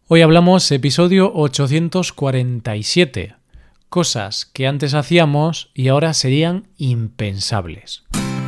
Hoy hablamos episodio 847, cosas que antes hacíamos y ahora serían impensables.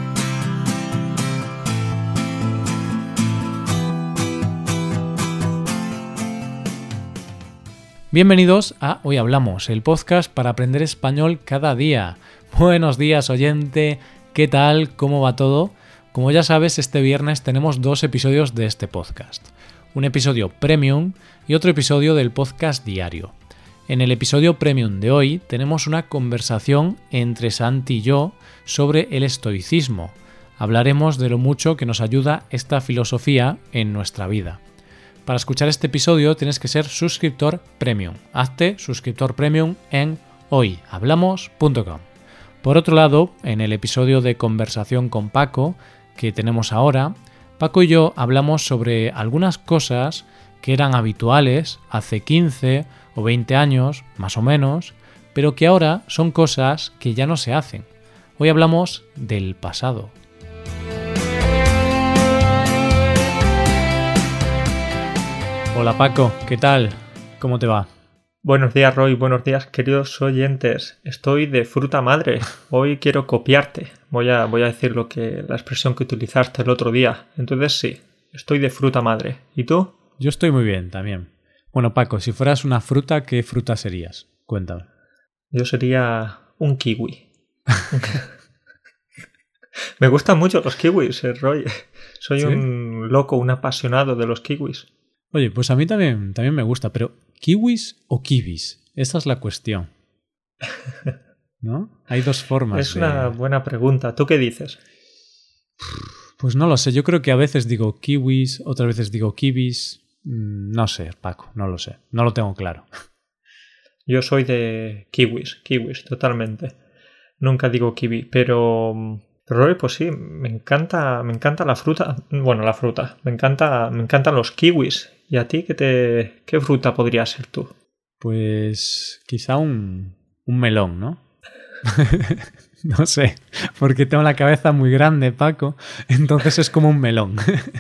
Bienvenidos a Hoy Hablamos, el podcast para aprender español cada día. Buenos días, oyente, ¿qué tal? ¿Cómo va todo? Como ya sabes, este viernes tenemos 2 episodios de este podcast. Un episodio premium y otro episodio del podcast diario. En el episodio premium de hoy tenemos una conversación entre Santi y yo sobre el estoicismo. Hablaremos de lo mucho que nos ayuda esta filosofía en nuestra vida. Para escuchar este episodio tienes que ser suscriptor premium. Hazte suscriptor premium en hoyhablamos.com. Por otro lado, en el episodio de conversación con Paco que tenemos ahora, Paco y yo hablamos sobre algunas cosas que eran habituales hace 15 o 20 años, más o menos, pero que ahora son cosas que ya no se hacen. Hoy hablamos del pasado. Hola Paco, ¿qué tal? ¿Cómo te va? Buenos días Roy, buenos días queridos oyentes. Estoy de fruta madre. Hoy quiero copiarte. Voy a decir la expresión que utilizaste el otro día. Entonces sí, estoy de fruta madre. ¿Y tú? Yo estoy muy bien también. Bueno Paco, si fueras una fruta, ¿qué fruta serías? Cuéntame. Yo sería un kiwi. Me gustan mucho los kiwis, Roy. Soy ¿Sí? un loco, un apasionado de los kiwis. Oye, pues a mí también me gusta, pero ¿kiwis o kiwis? Esa es la cuestión. ¿No? Hay dos formas. Es una buena pregunta. ¿Tú qué dices? Pues no lo sé. Yo creo que a veces digo kiwis, otras veces digo kiwis. No sé, Paco, no lo sé. No lo tengo claro. Yo soy de kiwis, totalmente. Nunca digo kiwi, pero Roy, pues sí, me encanta la fruta. Bueno, la fruta. Me encantan los kiwis. ¿Y a ti qué fruta podría ser tú? Pues quizá un melón, ¿no? No sé, porque tengo la cabeza muy grande, Paco, entonces es como un melón.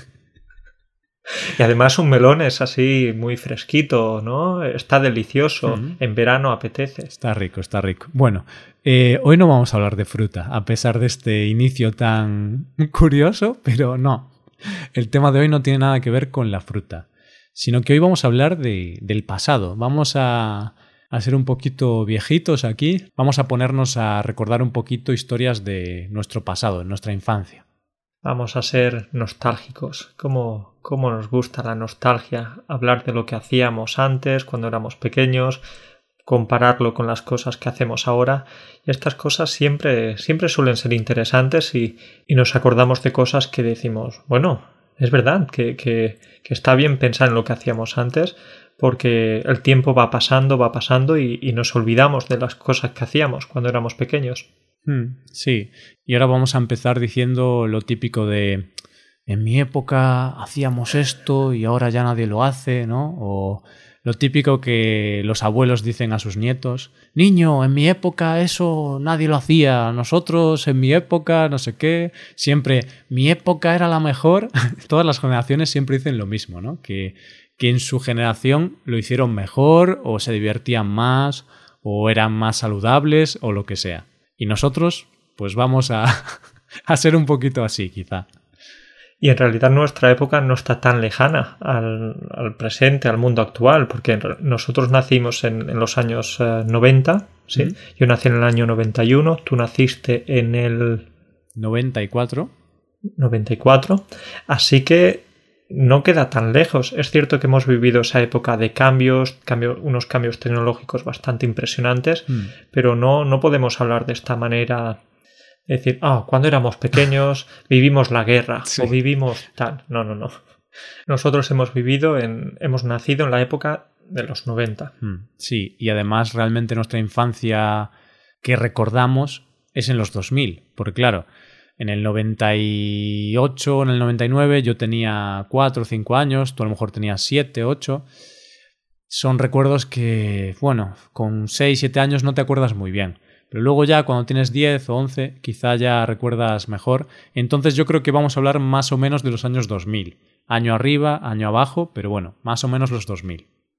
Y además un melón es así muy fresquito, ¿no? Está delicioso. En verano apetece. Está rico. Bueno, hoy no vamos a hablar de fruta, a pesar de este inicio tan curioso, pero no. El tema de hoy no tiene nada que ver con la fruta, sino que hoy vamos a hablar del pasado. Vamos a ser un poquito viejitos aquí. Vamos a ponernos a recordar un poquito historias de nuestro pasado, de nuestra infancia. Vamos a ser nostálgicos. ¿Cómo nos gusta la nostalgia? Hablar de lo que hacíamos antes, cuando éramos pequeños, compararlo con las cosas que hacemos ahora. Y estas cosas siempre suelen ser interesantes y nos acordamos de cosas que decimos, bueno, es verdad que está bien pensar en lo que hacíamos antes porque el tiempo va pasando y nos olvidamos de las cosas que hacíamos cuando éramos pequeños. Sí, y ahora vamos a empezar diciendo lo típico de en mi época hacíamos esto y ahora ya nadie lo hace, ¿no? O lo típico que los abuelos dicen a sus nietos, niño, en mi época eso nadie lo hacía, nosotros en mi época no sé qué, siempre mi época era la mejor. Todas las generaciones siempre dicen lo mismo, ¿no? Que en su generación lo hicieron mejor o se divertían más o eran más saludables o lo que sea. Y nosotros, pues vamos a ser un poquito así, quizá. Y en realidad nuestra época no está tan lejana al presente, al mundo actual, porque nosotros nacimos en los años 90, ¿sí? Yo nací en el año 91, tú naciste en el 94, así que no queda tan lejos. Es cierto que hemos vivido esa época de unos cambios tecnológicos bastante impresionantes, pero no podemos hablar de esta manera, decir, cuando éramos pequeños vivimos la guerra, sí, o vivimos tal. No. Nosotros hemos nacido en la época de los 90. Sí, y además realmente nuestra infancia que recordamos es en los 2000, porque claro, en el 98, en el 99 yo tenía 4 o 5 años, tú a lo mejor tenías 7, 8. Son recuerdos que, bueno, con 6, 7 años no te acuerdas muy bien. Pero luego ya cuando tienes 10 o 11 quizá ya recuerdas mejor. Entonces yo creo que vamos a hablar más o menos de los años 2000. Año arriba, año abajo, pero bueno, más o menos los 2000.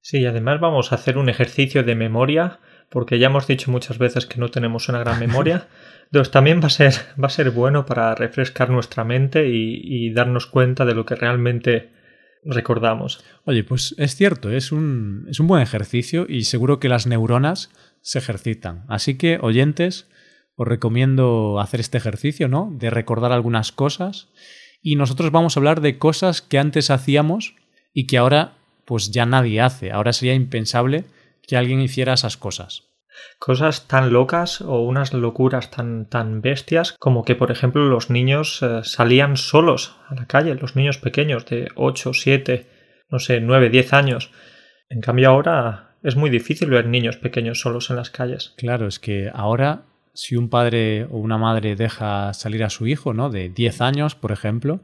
Sí, y además vamos a hacer un ejercicio de memoria, porque ya hemos dicho muchas veces que no tenemos una gran memoria. Entonces también va a ser bueno para refrescar nuestra mente y darnos cuenta de lo que realmente recordamos. Oye, pues es cierto, es un buen ejercicio y seguro que las neuronas se ejercitan. Así que, oyentes, os recomiendo hacer este ejercicio, ¿no? De recordar algunas cosas. Y nosotros vamos a hablar de cosas que antes hacíamos y que ahora pues ya nadie hace. Ahora sería impensable que alguien hiciera esas cosas. Cosas tan locas o unas locuras tan bestias como que, por ejemplo, los niños salían solos a la calle, los niños pequeños de 8, 7, no sé, 9, 10 años. En cambio ahora es muy difícil ver niños pequeños solos en las calles. Claro, es que ahora si un padre o una madre deja salir a su hijo, ¿no? De 10 años, por ejemplo,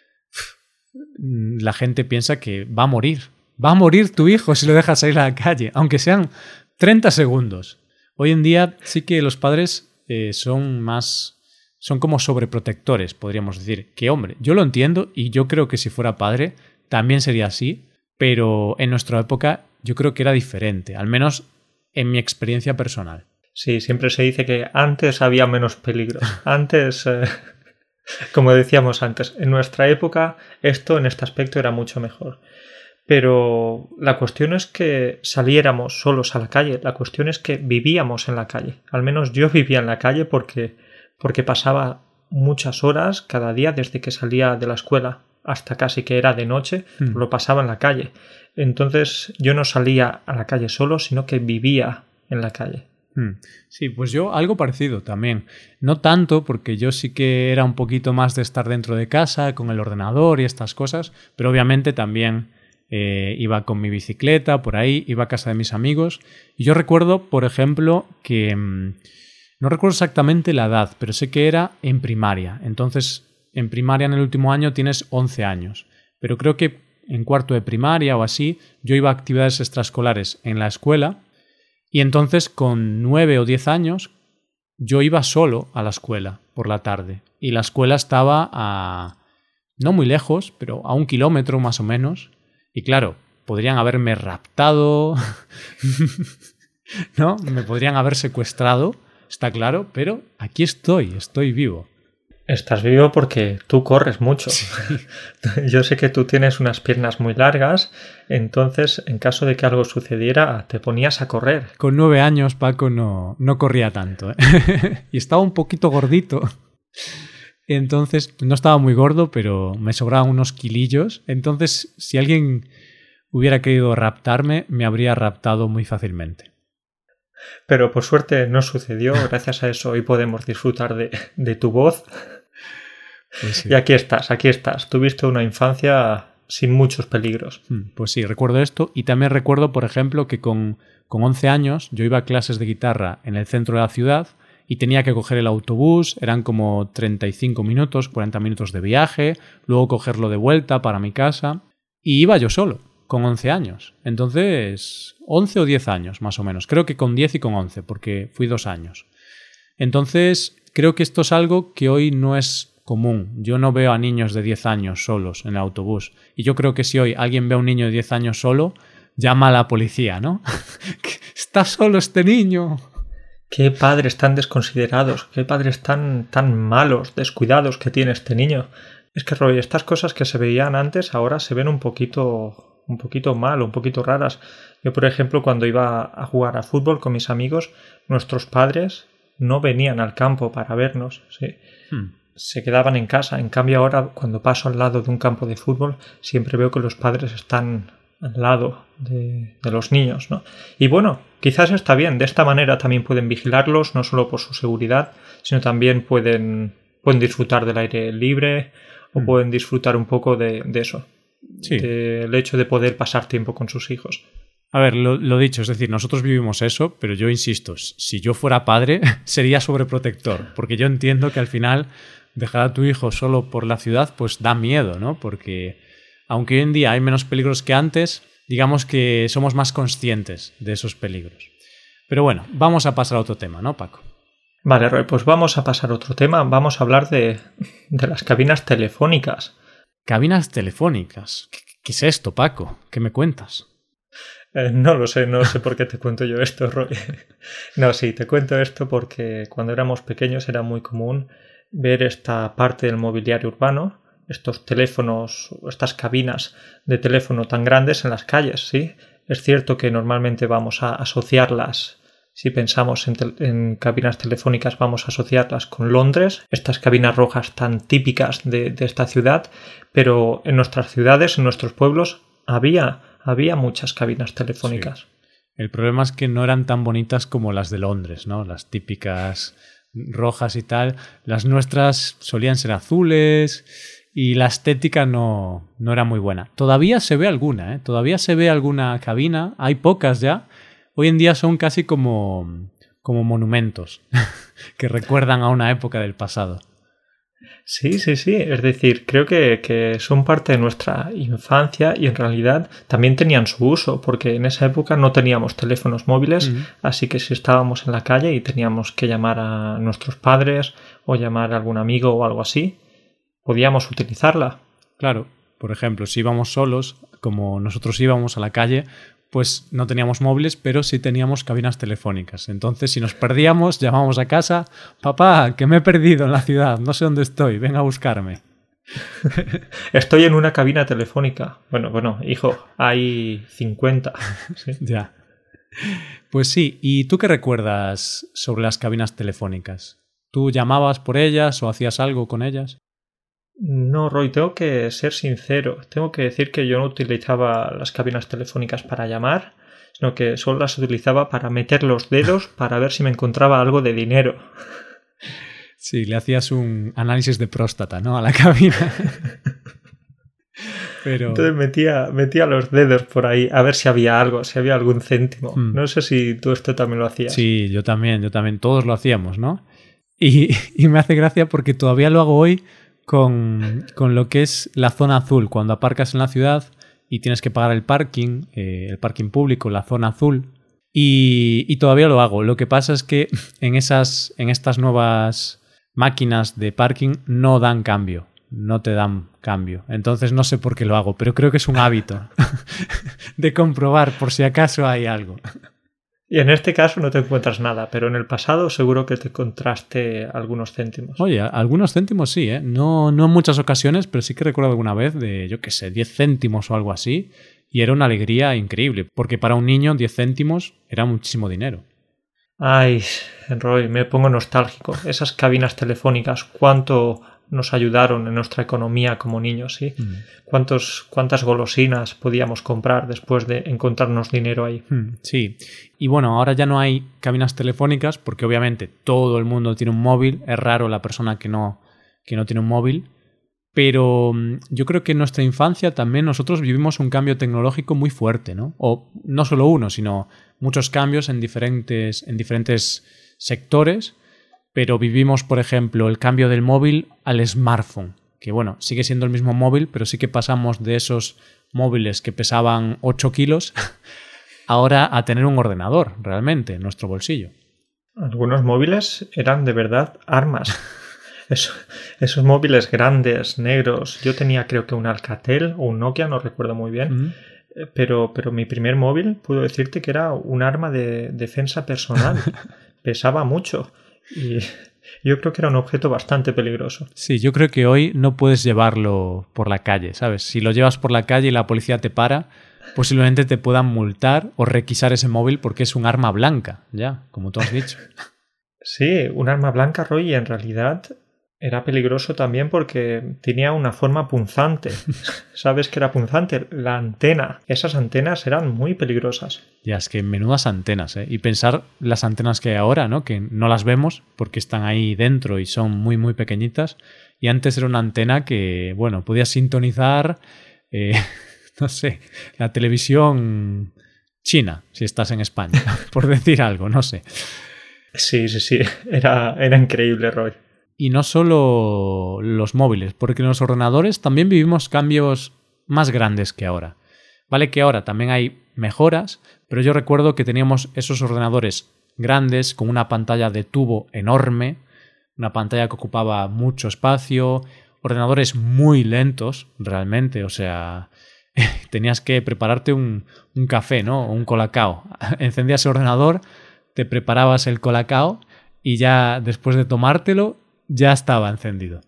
la gente piensa que va a morir. Va a morir tu hijo si lo dejas salir a la calle, aunque sean 30 segundos. Hoy en día sí que los padres son como sobreprotectores, podríamos decir. Que, hombre, yo lo entiendo y yo creo que si fuera padre también sería así, pero en nuestra época yo creo que era diferente, al menos en mi experiencia personal. Sí, siempre se dice que antes había menos peligros. Antes, como decíamos antes, en nuestra época esto en este aspecto era mucho mejor. Pero la cuestión es que saliéramos solos a la calle, la cuestión es que vivíamos en la calle. Al menos yo vivía en la calle porque pasaba muchas horas cada día desde que salía de la escuela hasta casi que era de noche, lo pasaba en la calle. Entonces yo no salía a la calle solo, sino que vivía en la calle. Sí, pues yo algo parecido también. No tanto, porque yo sí que era un poquito más de estar dentro de casa, con el ordenador y estas cosas, pero obviamente también iba con mi bicicleta por ahí, iba a casa de mis amigos. Y yo recuerdo, por ejemplo, que no recuerdo exactamente la edad, pero sé que era en primaria. Entonces, en primaria en el último año tienes 11 años. Pero creo que en cuarto de primaria o así, yo iba a actividades extraescolares en la escuela. Y entonces con 9 o 10 años yo iba solo a la escuela por la tarde. Y la escuela estaba no muy lejos, pero a 1 kilómetro más o menos. Y claro, podrían haberme raptado, ¿no? Me podrían haber secuestrado, está claro, pero aquí estoy vivo. Estás vivo porque tú corres mucho. Sí. Yo sé que tú tienes unas piernas muy largas, entonces en caso de que algo sucediera te ponías a correr. Con 9 años, Paco, no corría tanto, ¿eh? Y estaba un poquito gordito. Entonces, no estaba muy gordo, pero me sobraban unos kilillos. Entonces, si alguien hubiera querido raptarme, me habría raptado muy fácilmente. Pero por suerte no sucedió. Gracias a eso hoy podemos disfrutar de tu voz. Pues sí. Y aquí estás. Tuviste una infancia sin muchos peligros. Pues sí, recuerdo esto. Y también recuerdo, por ejemplo, que con 11 años yo iba a clases de guitarra en el centro de la ciudad y tenía que coger el autobús. Eran como 35 minutos, 40 minutos de viaje. Luego cogerlo de vuelta para mi casa. Y iba yo solo, con 11 años. Entonces, 11 o 10 años más o menos. Creo que con 10 y con 11, porque fui 2 años. Entonces, creo que esto es algo que hoy no es común. Yo no veo a niños de 10 años solos en el autobús. Y yo creo que si hoy alguien ve a un niño de 10 años solo, llama a la policía, ¿no? ¡Está solo este niño! Qué padres tan desconsiderados, qué padres tan malos, descuidados que tiene este niño. Es que, Roy, estas cosas que se veían antes ahora se ven un poquito mal, un poquito raras. Yo, por ejemplo, cuando iba a jugar a fútbol con mis amigos, nuestros padres no venían al campo para vernos, ¿sí? Se quedaban en casa. En cambio ahora, cuando paso al lado de un campo de fútbol, siempre veo que los padres están al lado de los niños, ¿no? Y bueno, quizás está bien. De esta manera también pueden vigilarlos, no solo por su seguridad, sino también pueden disfrutar del aire libre o pueden disfrutar un poco de eso. Sí. Del hecho de poder pasar tiempo con sus hijos. A ver, lo dicho, es decir, nosotros vivimos eso, pero yo insisto, si yo fuera padre sería sobreprotector, porque yo entiendo que al final dejar a tu hijo solo por la ciudad pues da miedo, ¿no? Porque aunque hoy en día hay menos peligros que antes, digamos que somos más conscientes de esos peligros. Pero bueno, vamos a pasar a otro tema, ¿no, Paco? Vale, Roy, pues vamos a pasar a otro tema. Vamos a hablar de las cabinas telefónicas. ¿Cabinas telefónicas? ¿Qué es esto, Paco? ¿Qué me cuentas? No lo sé, no sé por qué te cuento yo esto, Roy. No, sí, te cuento esto porque cuando éramos pequeños era muy común ver esta parte del mobiliario urbano, estos teléfonos, estas cabinas de teléfono tan grandes en las calles, ¿sí? Es cierto que normalmente vamos a asociarlas, si pensamos en cabinas telefónicas, vamos a asociarlas con Londres, estas cabinas rojas tan típicas de esta ciudad, pero en nuestras ciudades, en nuestros pueblos, había muchas cabinas telefónicas. Sí. El problema es que no eran tan bonitas como las de Londres, ¿no? Las típicas rojas y tal. Las nuestras solían ser azules y la estética no era muy buena. Todavía se ve alguna, ¿eh? Todavía se ve alguna cabina. Hay pocas ya. Hoy en día son casi como monumentos que recuerdan a una época del pasado. Sí. Es decir, creo que son parte de nuestra infancia y en realidad también tenían su uso, porque en esa época no teníamos teléfonos móviles, así que si estábamos en la calle y teníamos que llamar a nuestros padres o llamar a algún amigo o algo así, podíamos utilizarla. Claro, por ejemplo, si íbamos solos, como nosotros íbamos a la calle, pues no teníamos móviles, pero sí teníamos cabinas telefónicas. Entonces, si nos perdíamos, llamábamos a casa, papá, que me he perdido en la ciudad, no sé dónde estoy, ven a buscarme. Estoy en una cabina telefónica. Bueno, hijo, hay 50. ¿Sí? Ya. Pues sí, ¿y tú qué recuerdas sobre las cabinas telefónicas? ¿Tú llamabas por ellas o hacías algo con ellas? No, Roy, tengo que ser sincero. Tengo que decir que yo no utilizaba las cabinas telefónicas para llamar, sino que solo las utilizaba para meter los dedos para ver si me encontraba algo de dinero. Sí, le hacías un análisis de próstata, ¿no? A la cabina. Pero... Entonces metía los dedos por ahí a ver si había algo, si había algún céntimo. No sé si tú esto también lo hacías. Sí, yo también. Todos lo hacíamos, ¿no? Y me hace gracia porque todavía lo hago hoy con lo que es la zona azul. Cuando aparcas en la ciudad y tienes que pagar el parking público, la zona azul. Y todavía lo hago. Lo que pasa es que en estas nuevas máquinas de parking no dan cambio. No te dan cambio. Entonces no sé por qué lo hago, pero creo que es un hábito de comprobar por si acaso hay algo. Y en este caso no te encuentras nada, pero en el pasado seguro que te encontraste algunos céntimos. Oye, algunos céntimos sí, ¿eh? No en muchas ocasiones, pero sí que recuerdo alguna vez de, yo qué sé, 10 céntimos o algo así. Y era una alegría increíble, porque para un niño 10 céntimos era muchísimo dinero. Ay, Roy, me pongo nostálgico. Esas cabinas telefónicas, cuánto nos ayudaron en nuestra economía como niños, ¿sí? ¿Cuántas golosinas podíamos comprar después de encontrarnos dinero ahí? Sí. Y bueno, ahora ya no hay cabinas telefónicas porque obviamente todo el mundo tiene un móvil. Es raro la persona que no tiene un móvil. Pero yo creo que en nuestra infancia también nosotros vivimos un cambio tecnológico muy fuerte, ¿no? O no solo uno, sino muchos cambios en diferentes sectores. Pero vivimos, por ejemplo, el cambio del móvil al smartphone, que bueno, sigue siendo el mismo móvil, pero sí que pasamos de esos móviles que pesaban 8 kilos ahora a tener un ordenador realmente en nuestro bolsillo. Algunos móviles eran de verdad armas. Esos móviles grandes, negros. Yo tenía creo que un Alcatel o un Nokia, no recuerdo muy bien. Pero mi primer móvil puedo decirte que era un arma de defensa personal. Pesaba mucho. Y yo creo que era un objeto bastante peligroso. Sí, yo creo que hoy no puedes llevarlo por la calle, ¿sabes? Si lo llevas por la calle y la policía te para, posiblemente te puedan multar o requisar ese móvil porque es un arma blanca, ya, como tú has dicho. Sí, un arma blanca, Roy, y en realidad era peligroso también porque tenía una forma punzante. ¿Sabes qué era punzante? La antena. Esas antenas eran muy peligrosas. Ya, es que menudas antenas, ¿eh? Y pensar las antenas que hay ahora, ¿no? Que no las vemos porque están ahí dentro y son muy, muy pequeñitas. Y antes era una antena que, bueno, podías sintonizar, no sé, la televisión china, si estás en España, por decir algo, no sé. Sí. Era increíble, Roy. Y no solo los móviles, porque en los ordenadores también vivimos cambios más grandes que ahora. Vale que ahora también hay mejoras, pero yo recuerdo que teníamos esos ordenadores grandes con una pantalla de tubo enorme, una pantalla que ocupaba mucho espacio, ordenadores muy lentos realmente, o sea, Tenías que prepararte un café, ¿no? O un colacao. Encendías el ordenador, te preparabas el colacao y ya después de tomártelo ya estaba encendido.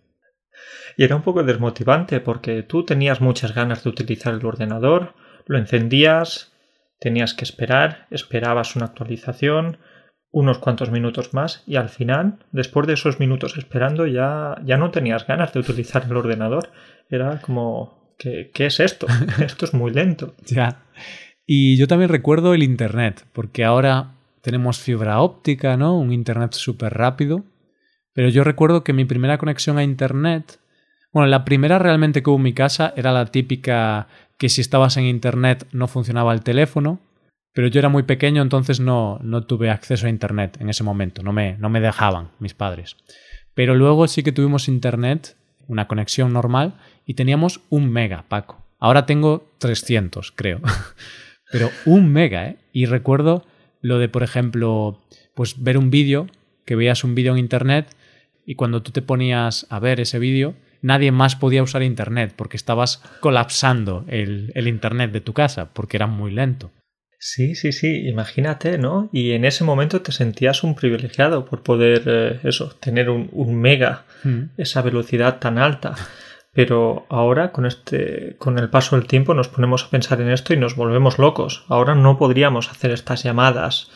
Y era un poco desmotivante porque tú tenías muchas ganas de utilizar el ordenador, lo encendías, tenías que esperar, esperabas una actualización, unos cuantos minutos más y al final, después de esos minutos esperando, ya no tenías ganas de utilizar el ordenador. Era como, ¿qué es esto? Esto es muy lento. Ya. Y yo también recuerdo el internet, porque ahora tenemos fibra óptica, ¿no? Un internet súper rápido. Pero yo recuerdo que mi primera conexión a internet... Bueno, la primera realmente que hubo en mi casa era la típica que si estabas en internet no funcionaba el teléfono, pero yo era muy pequeño, entonces no tuve acceso a internet en ese momento, no me dejaban mis padres. Pero luego sí que tuvimos internet, una conexión normal, y teníamos 1 mega, Paco. Ahora tengo 300, creo. Pero 1 mega, ¿eh? Y recuerdo lo de, por ejemplo, pues ver un vídeo, que veías un vídeo en internet, y cuando tú te ponías a ver ese vídeo, nadie más podía usar internet porque estabas colapsando el internet de tu casa porque era muy lento. Sí, imagínate, ¿no? Y en ese momento te sentías un privilegiado por poder, tener un mega, esa velocidad tan alta. Pero ahora, con el paso del tiempo, nos ponemos a pensar en esto y nos volvemos locos. Ahora no podríamos hacer estas llamadas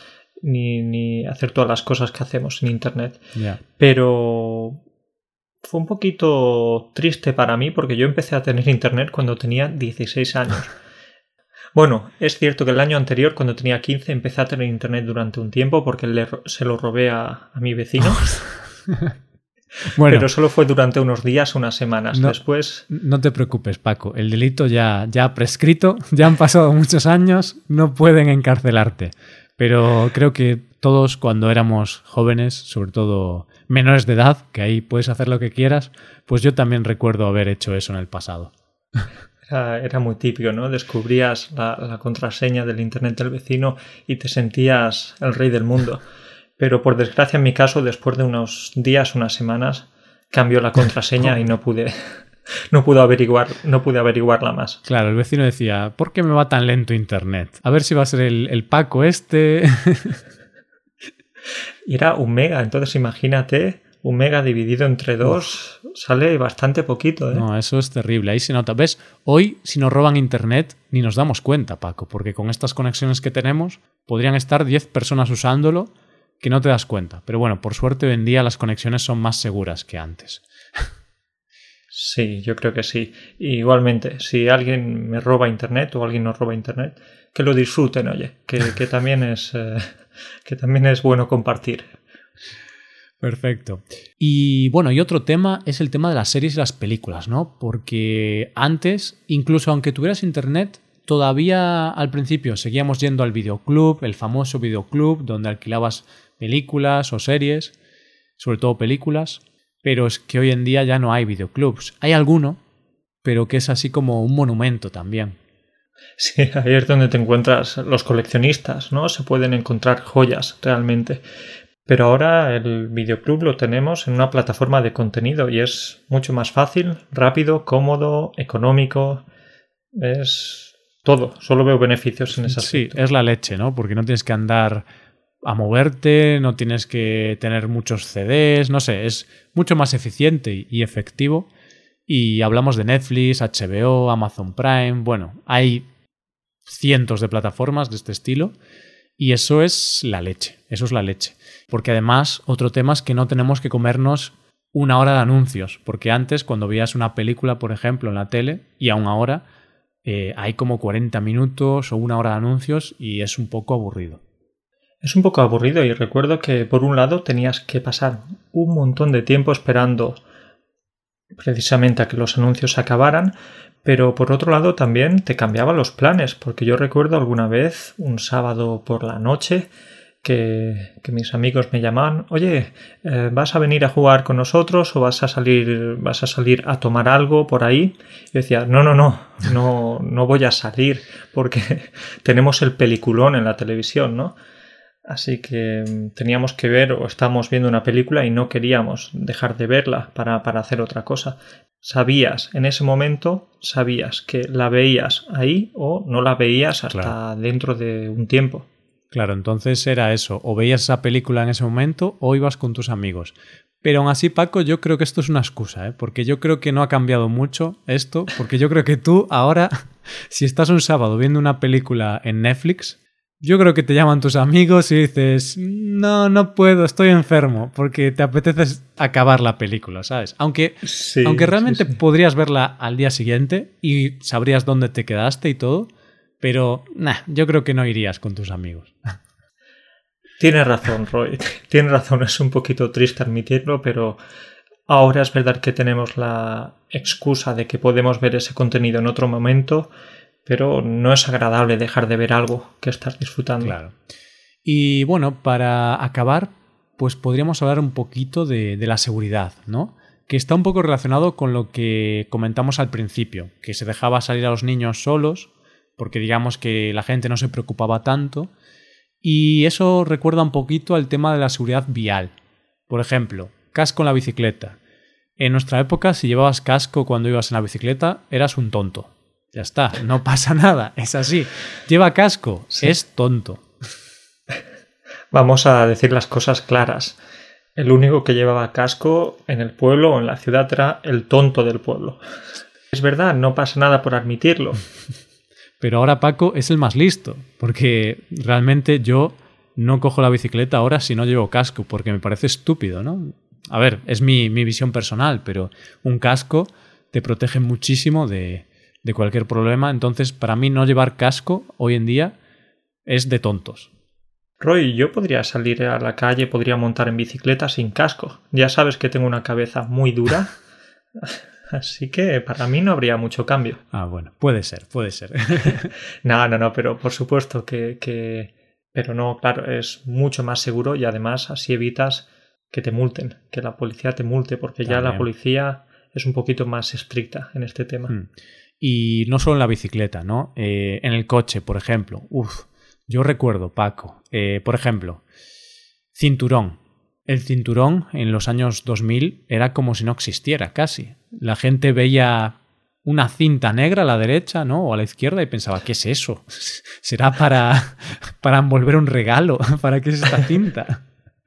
ni hacer todas las cosas que hacemos en internet. Yeah. Pero fue un poquito triste para mí porque yo empecé a tener internet cuando tenía 16 años. Bueno, es cierto que el año anterior, cuando tenía 15, empecé a tener internet durante un tiempo porque se lo robé a mi vecino. Bueno, pero solo fue durante unos días, unas semanas. Después... No te preocupes, Paco. El delito ya ha prescrito, ya han pasado muchos años, no pueden encarcelarte. Pero creo que todos cuando éramos jóvenes, sobre todo menores de edad, que ahí puedes hacer lo que quieras, pues yo también recuerdo haber hecho eso en el pasado. Era muy típico, ¿no? Descubrías la contraseña del internet del vecino y te sentías el rey del mundo. Pero por desgracia en mi caso, después de unos días, unas semanas, cambió la contraseña y no pude averiguarla más. Claro, el vecino decía, ¿por qué me va tan lento internet? A ver si va a ser el Paco este. Y era 1 mega, entonces imagínate, 1 mega dividido entre 2 sale bastante poquito, ¿eh? No, eso es terrible, ahí se nota. ¿Ves? Hoy, si nos roban internet, ni nos damos cuenta, Paco, porque con estas conexiones que tenemos, podrían estar 10 personas usándolo que no te das cuenta. Pero bueno, por suerte hoy en día las conexiones son más seguras que antes. Sí, yo creo que sí. Igualmente, si alguien me roba internet o alguien nos roba internet, que lo disfruten, oye, que también es bueno compartir. Perfecto. Y bueno, y otro tema es el tema de las series y las películas, ¿no? Porque antes, incluso aunque tuvieras internet, todavía al principio seguíamos yendo al videoclub, el famoso videoclub donde alquilabas películas o series, sobre todo películas, pero es que hoy en día ya no hay videoclubs. Hay alguno, pero que es así como un monumento también. Sí, ahí es donde te encuentras los coleccionistas, ¿no? Se pueden encontrar joyas realmente. Pero ahora el videoclub lo tenemos en una plataforma de contenido y es mucho más fácil, rápido, cómodo, económico. Es todo. Solo veo beneficios en ese aspecto. Sí, es la leche, ¿no? Porque no tienes que andar a moverte, no tienes que tener muchos CDs, no sé, es mucho más eficiente y efectivo. Y hablamos de Netflix, HBO, Amazon Prime, bueno, hay cientos de plataformas de este estilo y eso es la leche, Porque además, otro tema es que no tenemos que comernos 1 hora de anuncios, porque antes cuando veías una película, por ejemplo, en la tele, y aún ahora hay como 40 minutos o 1 hora de anuncios y es un poco aburrido. Es un poco aburrido y recuerdo que por un lado tenías que pasar un montón de tiempo esperando precisamente a que los anuncios acabaran, pero por otro lado también te cambiaban los planes, porque yo recuerdo alguna vez, un sábado por la noche, que mis amigos me llamaban, oye, ¿vas a venir a jugar con nosotros o vas a salir a tomar algo por ahí? Y yo decía, no voy a salir porque tenemos el peliculón en la televisión, ¿no? Así que teníamos que ver o estábamos viendo una película y no queríamos dejar de verla para hacer otra cosa. Sabías, en ese momento, sabías que la veías ahí o no la veías hasta dentro de un tiempo. Claro, entonces era eso, o veías esa película en ese momento o ibas con tus amigos. Pero aún así, Paco, yo creo que esto es una excusa, ¿eh? Porque yo creo que no ha cambiado mucho esto, porque yo creo que tú ahora, si estás un sábado viendo una película en Netflix, yo creo que te llaman tus amigos y dices, no puedo, estoy enfermo, porque te apetece acabar la película, ¿sabes? Aunque realmente podrías verla al día siguiente y sabrías dónde te quedaste y todo, pero yo creo que no irías con tus amigos. Tienes razón, Roy. Tienes razón, es un poquito triste admitirlo, pero ahora es verdad que tenemos la excusa de que podemos ver ese contenido en otro momento, pero no es agradable dejar de ver algo que estás disfrutando. Claro. Y bueno, para acabar, pues podríamos hablar un poquito de la seguridad, ¿no? Que está un poco relacionado con lo que comentamos al principio, que se dejaba salir a los niños solos, porque digamos que la gente no se preocupaba tanto. Y eso recuerda un poquito al tema de la seguridad vial. Por ejemplo, casco en la bicicleta. En nuestra época, si llevabas casco cuando ibas en la bicicleta, eras un tonto. Ya está, no pasa nada, es así. Lleva casco, sí. Es tonto. Vamos a decir las cosas claras. El único que llevaba casco en el pueblo o en la ciudad era el tonto del pueblo. Es verdad, no pasa nada por admitirlo. Pero ahora Paco es el más listo, porque realmente yo no cojo la bicicleta ahora si no llevo casco, porque me parece estúpido, ¿no? A ver, es mi visión personal, pero un casco te protege muchísimo de cualquier problema. Entonces, para mí no llevar casco hoy en día es de tontos. Roy, yo podría salir a la calle, podría montar en bicicleta sin casco. Ya sabes que tengo una cabeza muy dura. Así que para mí no habría mucho cambio. Ah, bueno, puede ser. No, pero por supuesto que... Pero no, claro, es mucho más seguro y además así evitas que te multen, que la policía te multe, porque También. Ya la policía es un poquito más estricta en este tema. Y no solo en la bicicleta, ¿no? En el coche, por ejemplo. Yo recuerdo, Paco, por ejemplo, cinturón. El cinturón en los años 2000 era como si no existiera casi. La gente veía una cinta negra a la derecha, ¿no? O a la izquierda y pensaba, ¿qué es eso? ¿Será para envolver un regalo? ¿Para qué es esta cinta?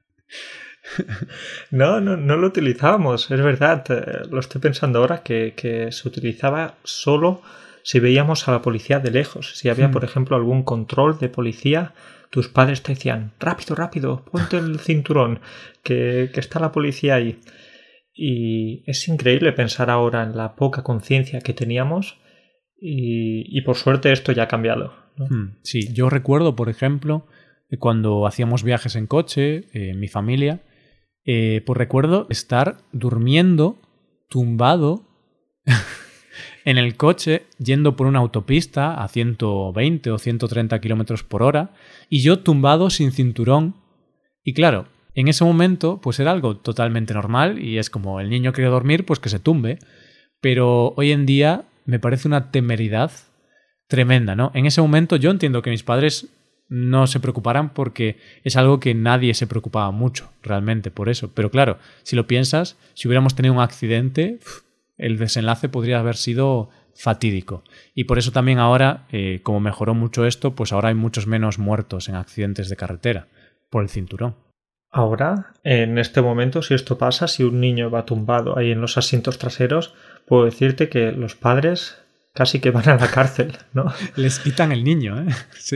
No lo utilizábamos, es verdad. Lo estoy pensando ahora que se utilizaba solo si veíamos a la policía de lejos. Si había, por ejemplo, algún control de policía, tus padres te decían, rápido, ponte el cinturón, que está la policía ahí. Y es increíble pensar ahora en la poca conciencia que teníamos y por suerte esto ya ha cambiado, ¿no? Sí, yo recuerdo, por ejemplo, cuando hacíamos viajes en coche, mi familia, pues recuerdo estar durmiendo, tumbado en el coche, yendo por una autopista a 120 o 130 kilómetros por hora, y yo tumbado sin cinturón. Y claro, en ese momento pues era algo totalmente normal y es como el niño quiere dormir, pues que se tumbe. Pero hoy en día me parece una temeridad tremenda, ¿no? En ese momento yo entiendo que mis padres no se preocuparan porque es algo que nadie se preocupaba mucho realmente por eso. Pero claro, si lo piensas, si hubiéramos tenido un accidente, el desenlace podría haber sido fatídico. Y por eso también ahora, como mejoró mucho esto, pues ahora hay muchos menos muertos en accidentes de carretera por el cinturón. Ahora, en este momento, si esto pasa, si un niño va tumbado ahí en los asientos traseros, puedo decirte que los padres casi que van a la cárcel, ¿no? Les quitan el niño, ¿eh? Sí.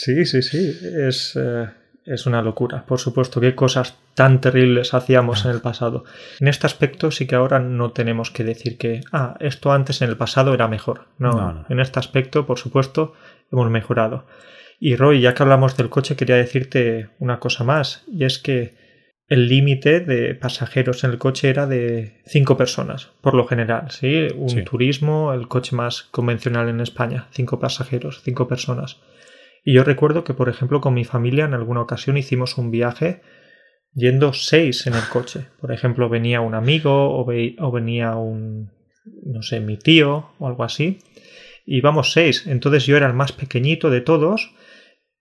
Es una locura. Por supuesto, qué cosas tan terribles hacíamos en el pasado. En este aspecto sí que ahora no tenemos que decir que esto antes en el pasado era mejor. No. En este aspecto, por supuesto, hemos mejorado. Y Roy, ya que hablamos del coche, quería decirte una cosa más, y es que el límite de pasajeros en el coche era de 5 personas, por lo general, ¿sí? Un turismo, el coche más convencional en España, 5 pasajeros, 5 personas. Y yo recuerdo que, por ejemplo, con mi familia en alguna ocasión hicimos un viaje yendo 6 en el coche. Por ejemplo, venía un amigo o venía mi tío o algo así. Y íbamos 6. Entonces yo era el más pequeñito de todos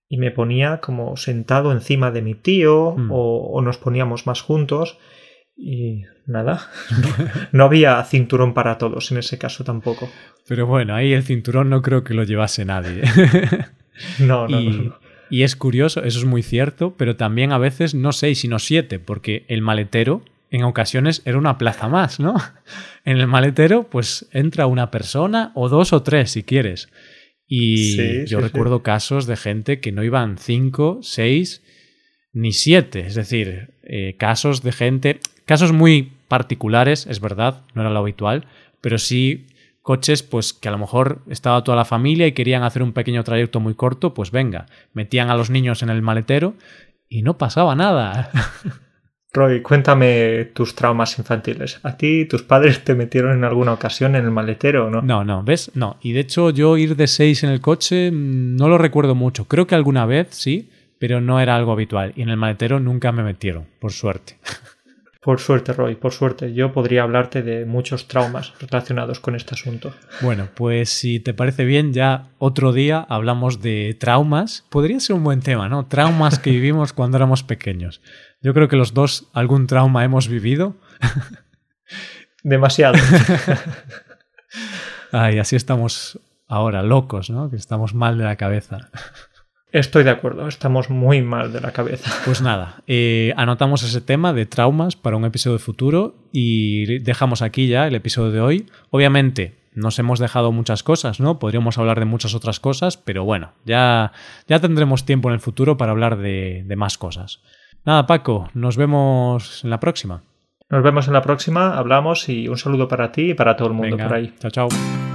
y me ponía como sentado encima de mi tío o nos poníamos más juntos y nada, no había cinturón para todos en ese caso tampoco. Pero bueno, ahí el cinturón no creo que lo llevase nadie. No. Y es curioso, eso es muy cierto, pero también a veces no 6 sino 7, porque el maletero en ocasiones era una plaza más, ¿no? En el maletero pues entra una persona o 2 o 3 si quieres. Y yo recuerdo casos de gente que no iban 5, 6 ni 7, es decir, casos de gente, casos muy particulares, es verdad, no era lo habitual, pero sí coches pues que a lo mejor estaba toda la familia y querían hacer un pequeño trayecto muy corto, pues venga, metían a los niños en el maletero y no pasaba nada. Roy, cuéntame tus traumas infantiles. ¿A ti tus padres te metieron en alguna ocasión en el maletero o no? No, ¿ves? No. Y de hecho yo ir de 6 en el coche no lo recuerdo mucho. Creo que alguna vez sí, pero no era algo habitual. Y en el maletero nunca me metieron, por suerte. Por suerte, Roy, por suerte. Yo podría hablarte de muchos traumas relacionados con este asunto. Bueno, pues si te parece bien, ya otro día hablamos de traumas. Podría ser un buen tema, ¿no? Traumas que vivimos cuando éramos pequeños. Yo creo que los dos algún trauma hemos vivido. Demasiado. Ay, así estamos ahora, locos, ¿no? Que estamos mal de la cabeza. Estoy de acuerdo, estamos muy mal de la cabeza. Pues nada, anotamos ese tema de traumas para un episodio futuro y dejamos aquí ya el episodio de hoy. Obviamente nos hemos dejado muchas cosas, ¿no? Podríamos hablar de muchas otras cosas, pero bueno, ya tendremos tiempo en el futuro para hablar de más cosas. Nada, Paco, nos vemos en la próxima. Nos vemos en la próxima, hablamos y un saludo para ti y para todo el mundo. Venga, por ahí. Chao.